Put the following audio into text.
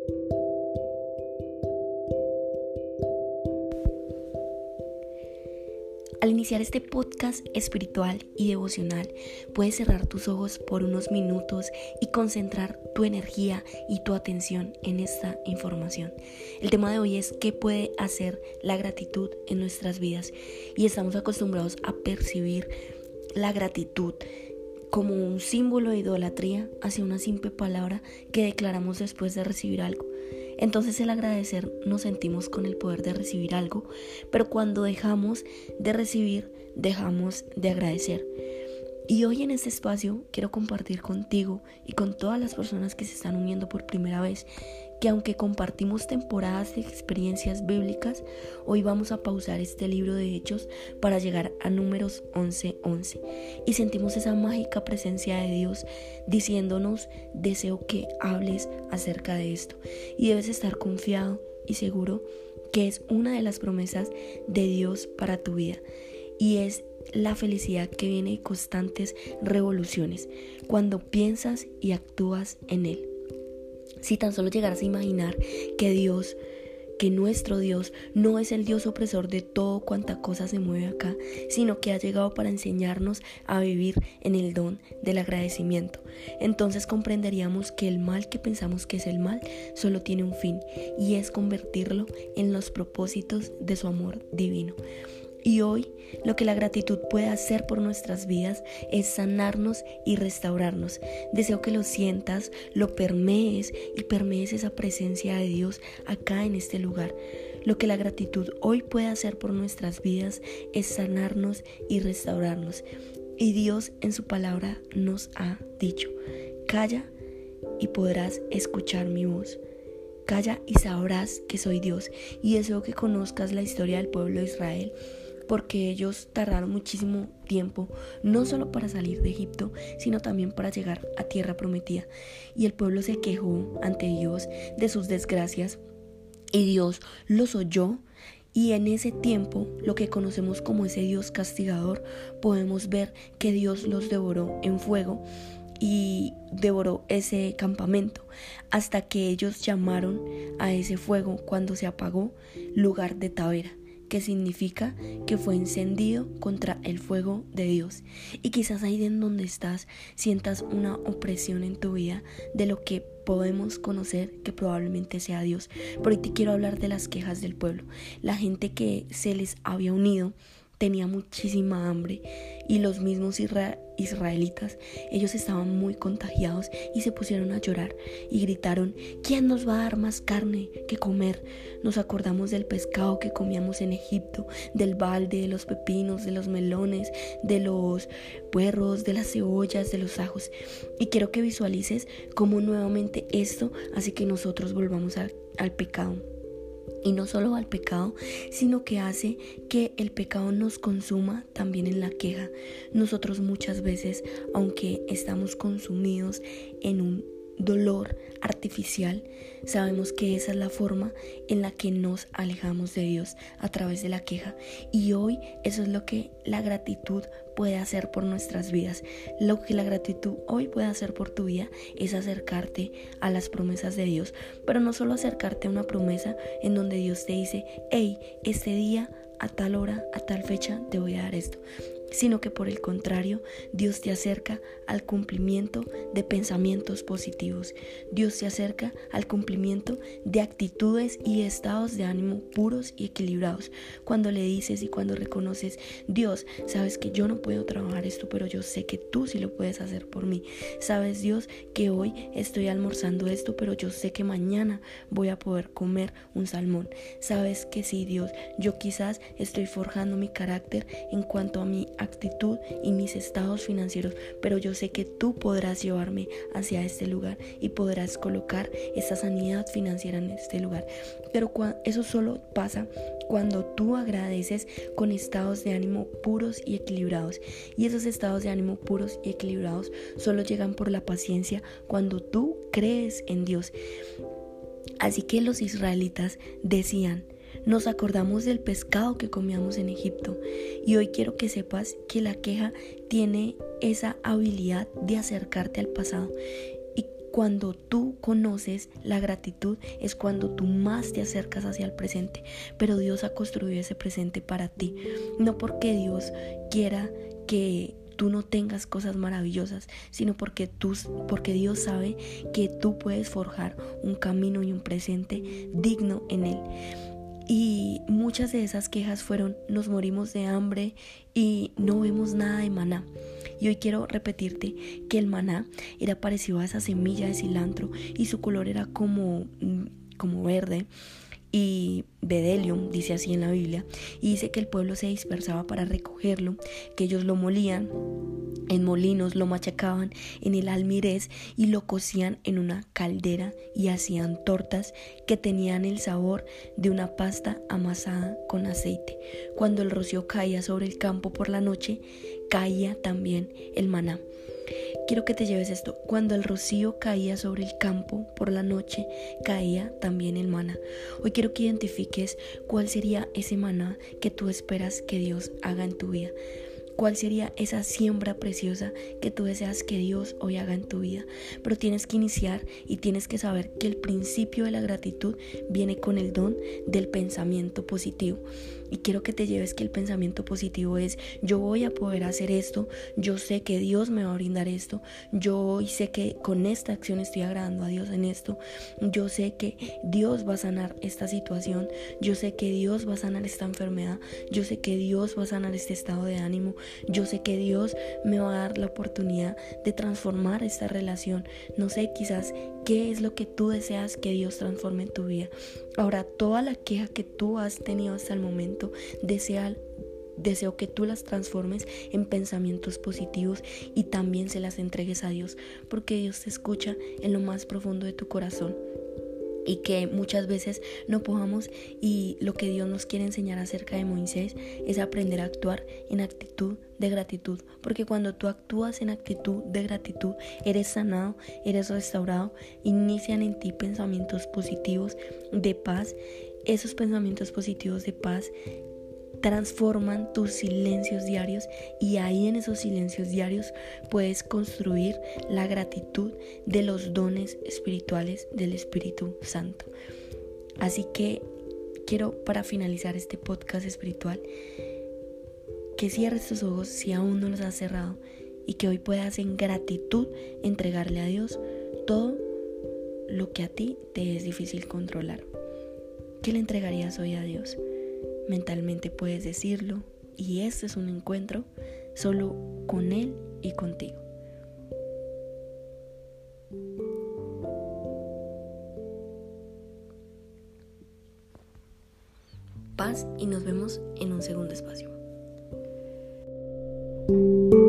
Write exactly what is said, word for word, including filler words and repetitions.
Al iniciar este podcast espiritual y devocional, puedes cerrar tus ojos por unos minutos y concentrar tu energía y tu atención en esta información. El tema de hoy es ¿qué puede hacer la gratitud en nuestras vidas? Y estamos acostumbrados a percibir la gratitud como un símbolo de idolatría hacia una simple palabra que declaramos después de recibir algo. Entonces el agradecer nos sentimos con el poder de recibir algo, pero cuando dejamos de recibir, dejamos de agradecer. Y hoy en este espacio quiero compartir contigo y con todas las personas que se están uniendo por primera vez, que aunque compartimos temporadas de experiencias bíblicas, hoy vamos a pausar este libro de Hechos para llegar a Números once once. Y sentimos esa mágica presencia de Dios diciéndonos: deseo que hables acerca de esto. Y debes estar confiado y seguro que es una de las promesas de Dios para tu vida. Y es la felicidad que viene de constantes revoluciones, cuando piensas y actúas en Él. Si tan solo llegaras a imaginar que Dios, que nuestro Dios no es el Dios opresor de todo cuanta cosa se mueve acá, sino que ha llegado para enseñarnos a vivir en el don del agradecimiento, entonces comprenderíamos que el mal que pensamos que es el mal solo tiene un fin, y es convertirlo en los propósitos de su amor divino. Y hoy lo que la gratitud puede hacer por nuestras vidas es sanarnos y restaurarnos. Deseo que lo sientas, lo permees y permees esa presencia de Dios acá en este lugar. Lo que la gratitud hoy puede hacer por nuestras vidas es sanarnos y restaurarnos. Y Dios en su palabra nos ha dicho: calla y podrás escuchar mi voz. Calla y sabrás que soy Dios. Y deseo que conozcas la historia del pueblo de Israel, porque ellos tardaron muchísimo tiempo, no solo para salir de Egipto, sino también para llegar a tierra prometida. Y el pueblo se quejó ante Dios de sus desgracias, y Dios los oyó. Y en ese tiempo, lo que conocemos como ese Dios castigador, podemos ver que Dios los devoró en fuego y devoró ese campamento, hasta que ellos llamaron a ese fuego, cuando se apagó, lugar de Tavera, que significa que fue encendido contra el fuego de Dios. Y quizás ahí en donde estás sientas una opresión en tu vida de lo que podemos conocer que probablemente sea Dios. Pero hoy te quiero hablar de las quejas del pueblo. La gente que se les había unido tenía muchísima hambre, y los mismos isra- israelitas, ellos estaban muy contagiados y se pusieron a llorar y gritaron: ¿quién nos va a dar más carne que comer? Nos acordamos del pescado que comíamos en Egipto, del balde, de los pepinos, de los melones, de los puerros, de las cebollas, de los ajos. Y quiero que visualices cómo nuevamente esto hace que nosotros volvamos a, al pecado. Y no solo al pecado, sino que hace que el pecado nos consuma también en la queja. Nosotros muchas veces, aunque estamos consumidos en un dolor artificial, sabemos que esa es la forma en la que nos alejamos de Dios, a través de la queja. Y hoy eso es lo que la gratitud puede hacer por nuestras vidas. Lo que la gratitud hoy puede hacer por tu vida es acercarte a las promesas de Dios, pero no solo acercarte a una promesa en donde Dios te dice: hey, este día a tal hora, a tal fecha te voy a dar esto, sino que por el contrario, Dios te acerca al cumplimiento de pensamientos positivos. Dios te acerca al cumplimiento de actitudes y estados de ánimo puros y equilibrados. Cuando le dices y cuando reconoces: Dios, sabes que yo no puedo trabajar esto, pero yo sé que tú sí lo puedes hacer por mí. Sabes, Dios, que hoy estoy almorzando esto, pero yo sé que mañana voy a poder comer un salmón. Sabes que sí, Dios, yo quizás estoy forjando mi carácter en cuanto a mi actitud y mis estados financieros, pero yo sé que tú podrás llevarme hacia este lugar y podrás colocar esa sanidad financiera en este lugar. Pero eso solo pasa cuando tú agradeces con estados de ánimo puros y equilibrados. Y esos estados de ánimo puros y equilibrados solo llegan por la paciencia, cuando tú crees en Dios. Así que los israelitas decían: nos acordamos del pescado que comíamos en Egipto. Y hoy quiero que sepas que la queja tiene esa habilidad de acercarte al pasado. Y cuando tú conoces la gratitud es cuando tú más te acercas hacia el presente, pero Dios ha construido ese presente para ti, no porque Dios quiera que tú no tengas cosas maravillosas, sino porque tú, porque Dios sabe que tú puedes forjar un camino y un presente digno en Él. Y muchas de esas quejas fueron: nos morimos de hambre y no vemos nada de maná. Y hoy quiero repetirte que el maná era parecido a esa semilla de cilantro y su color era como, como verde. Y Bedelium, dice así en la Biblia, y dice que el pueblo se dispersaba para recogerlo, que ellos lo molían en molinos, lo machacaban en el almirez y lo cocían en una caldera y hacían tortas que tenían el sabor de una pasta amasada con aceite. Cuando el rocío caía sobre el campo por la noche, caía también el maná. Quiero que te lleves esto: cuando el rocío caía sobre el campo por la noche, caía también el maná. Hoy quiero que identifiques cuál sería ese maná que tú esperas que Dios haga en tu vida. ¿Cuál sería esa siembra preciosa que tú deseas que Dios hoy haga en tu vida? Pero tienes que iniciar y tienes que saber que el principio de la gratitud viene con el don del pensamiento positivo. Y quiero que te lleves que el pensamiento positivo es: yo voy a poder hacer esto, yo sé que Dios me va a brindar esto, yo hoy sé que con esta acción estoy agradando a Dios en esto, yo sé que Dios va a sanar esta situación, yo sé que Dios va a sanar esta enfermedad, yo sé que Dios va a sanar este estado de ánimo, yo sé que Dios me va a dar la oportunidad de transformar esta relación. No sé, quizás qué es lo que tú deseas que Dios transforme en tu vida. Ahora, toda la queja que tú has tenido hasta el momento, desea Deseo que tú las transformes en pensamientos positivos y también se las entregues a Dios, porque Dios te escucha en lo más profundo de tu corazón. Y que muchas veces no podamos, y lo que Dios nos quiere enseñar acerca de Moisés es aprender a actuar en actitud de gratitud, porque cuando tú actúas en actitud de gratitud, eres sanado, eres restaurado, inician en ti pensamientos positivos de paz. Esos pensamientos positivos de paz transforman tus silencios diarios, y ahí en esos silencios diarios puedes construir la gratitud de los dones espirituales del Espíritu Santo. Así que quiero, para finalizar este podcast espiritual, que cierres tus ojos si aún no los has cerrado y que hoy puedas en gratitud entregarle a Dios todo lo que a ti te es difícil controlar. ¿Qué le entregarías hoy a Dios? Mentalmente puedes decirlo, y este es un encuentro solo con Él y contigo. Paz, y nos vemos en un segundo espacio.